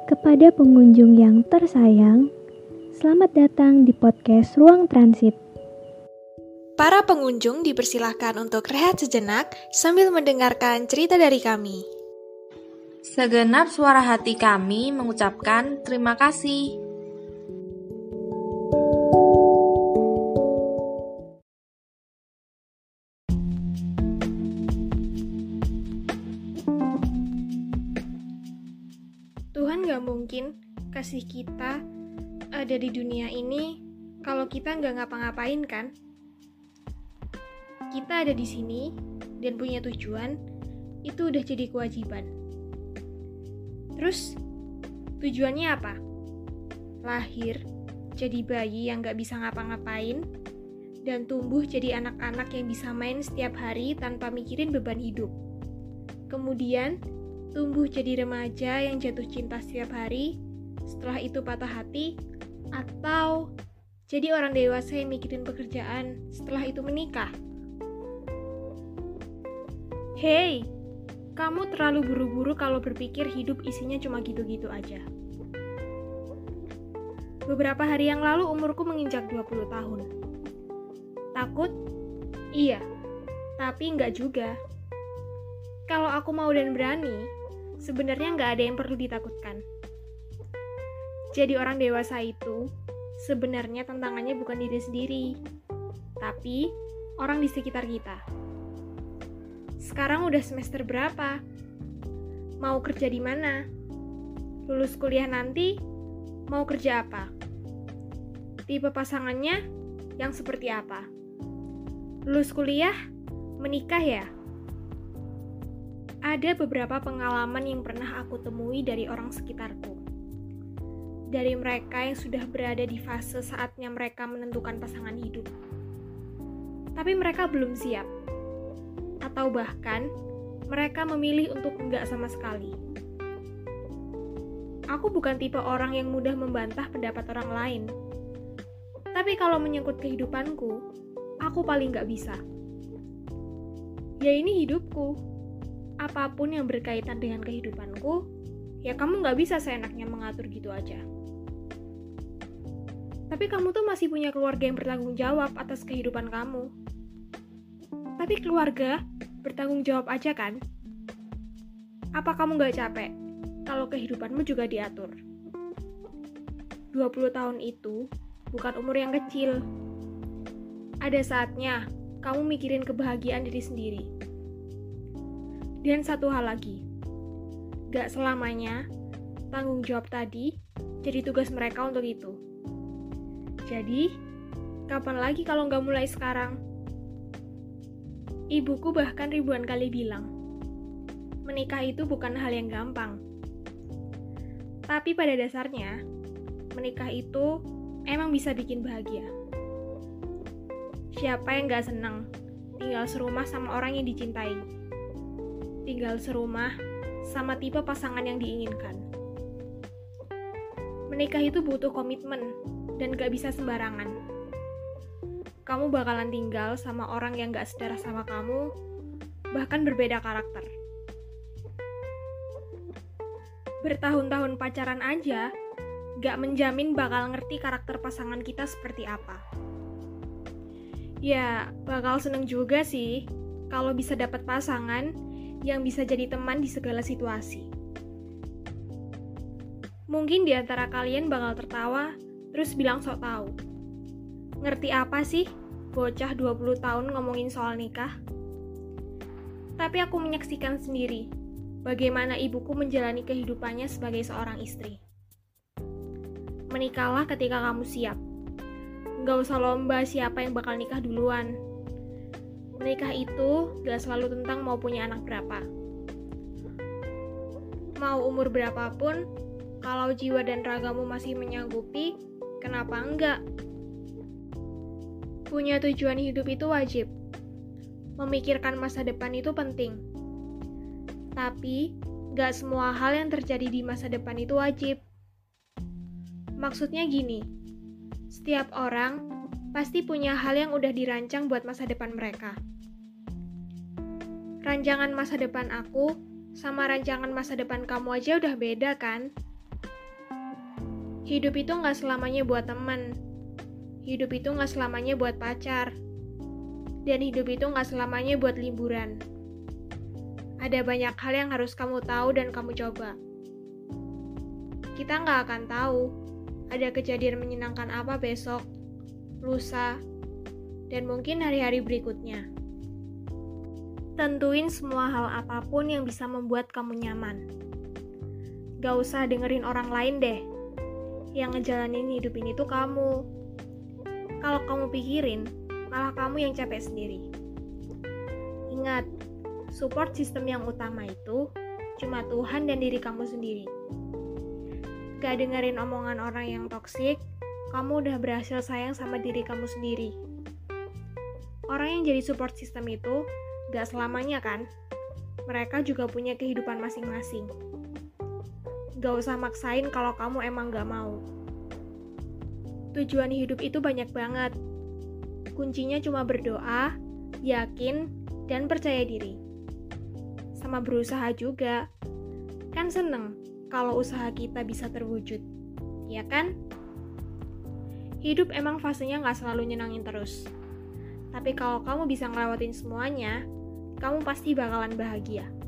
Kepada pengunjung yang tersayang, selamat datang di podcast Ruang Transit. Para pengunjung dipersilahkan untuk rehat sejenak sambil mendengarkan cerita dari kami. Segenap suara hati kami mengucapkan terima kasih. Tuhan gak mungkin kasih kita ada di dunia ini kalau kita gak ngapa-ngapain kan? Kita ada di sini dan punya tujuan, itu udah jadi kewajiban. Terus, tujuannya apa? Lahir, jadi bayi yang gak bisa ngapa-ngapain, dan tumbuh jadi anak-anak yang bisa main setiap hari tanpa mikirin beban hidup. Kemudian, tumbuh jadi remaja yang jatuh cinta setiap hari, setelah itu patah hati, atau jadi orang dewasa yang mikirin pekerjaan, setelah itu menikah. Hey, kamu terlalu buru-buru kalau berpikir hidup isinya cuma gitu-gitu aja. Beberapa hari yang lalu umurku menginjak 20 tahun. Takut? Iya, tapi enggak juga. Kalau aku mau dan berani, sebenarnya nggak ada yang perlu ditakutkan. Jadi orang dewasa itu sebenarnya tantangannya bukan diri sendiri, tapi orang di sekitar kita. Sekarang udah semester berapa? Mau kerja di mana? Lulus kuliah nanti, mau kerja apa? Tipe pasangannya yang seperti apa? Lulus kuliah, menikah ya? Ada beberapa pengalaman yang pernah aku temui dari orang sekitarku. Dari mereka yang sudah berada di fase saatnya mereka menentukan pasangan hidup. Tapi mereka belum siap. Atau bahkan, mereka memilih untuk enggak sama sekali. Aku bukan tipe orang yang mudah membantah pendapat orang lain. Tapi kalau menyangkut kehidupanku, aku paling enggak bisa. Ya ini hidupku. Apapun yang berkaitan dengan kehidupanku, ya kamu gak bisa seenaknya mengatur gitu aja. Tapi kamu tuh masih punya keluarga yang bertanggung jawab atas kehidupan kamu. Tapi keluarga bertanggung jawab aja kan? Apa kamu gak capek kalau kehidupanmu juga diatur? 20 tahun itu bukan umur yang kecil. Ada saatnya kamu mikirin kebahagiaan diri sendiri. Dan satu hal lagi, gak selamanya tanggung jawab tadi jadi tugas mereka untuk itu. Jadi, kapan lagi kalau gak mulai sekarang? Ibuku bahkan ribuan kali bilang, menikah itu bukan hal yang gampang. Tapi pada dasarnya, menikah itu emang bisa bikin bahagia. Siapa yang gak senang tinggal serumah sama orang yang dicintai? Tinggal serumah sama tipe pasangan yang diinginkan. Menikah itu butuh komitmen dan gak bisa sembarangan. Kamu bakalan tinggal sama orang yang gak sedarah sama kamu, bahkan berbeda karakter. Bertahun-tahun pacaran aja, gak menjamin bakal ngerti karakter pasangan kita seperti apa. Ya, bakal seneng juga sih kalau bisa dapat pasangan yang bisa jadi teman di segala situasi. Mungkin di antara kalian bakal tertawa, terus bilang sok tahu. Ngerti apa sih bocah 20 tahun ngomongin soal nikah? Tapi aku menyaksikan sendiri bagaimana ibuku menjalani kehidupannya sebagai seorang istri. Menikahlah ketika kamu siap. Nggak usah lomba siapa yang bakal nikah duluan. Menikah itu gak selalu tentang mau punya anak berapa. Mau umur berapapun, kalau jiwa dan ragamu masih menyanggupi, kenapa enggak? Punya tujuan hidup itu wajib. Memikirkan masa depan itu penting. Tapi, gak semua hal yang terjadi di masa depan itu wajib. Maksudnya gini, setiap orang pasti punya hal yang udah dirancang buat masa depan mereka. Rancangan masa depan aku sama rancangan masa depan kamu aja udah beda kan? Hidup itu gak selamanya buat teman. Hidup itu gak selamanya buat pacar. Dan hidup itu gak selamanya buat liburan. Ada banyak hal yang harus kamu tahu dan kamu coba. Kita gak akan tahu ada kejadian menyenangkan apa besok, lusa, dan mungkin hari-hari berikutnya. Tentuin semua hal apapun yang bisa membuat kamu nyaman. Gak usah dengerin orang lain deh. Yang ngejalanin hidup ini tuh kamu. Kalau kamu pikirin, malah kamu yang capek sendiri. Ingat, support system yang utama itu cuma Tuhan dan diri kamu sendiri. Gak dengerin omongan orang yang toksik, kamu udah berhasil sayang sama diri kamu sendiri. Orang yang jadi support system itu gak selamanya kan? Mereka juga punya kehidupan masing-masing. Gak usah maksain kalau kamu emang gak mau. Tujuan hidup itu banyak banget. Kuncinya cuma berdoa, yakin, dan percaya diri. Sama berusaha juga. Kan seneng kalau usaha kita bisa terwujud. Ya kan? Hidup emang fasenya gak selalu nyenangin terus. Tapi kalau kamu bisa ngelewatin semuanya, kamu pasti bakalan bahagia.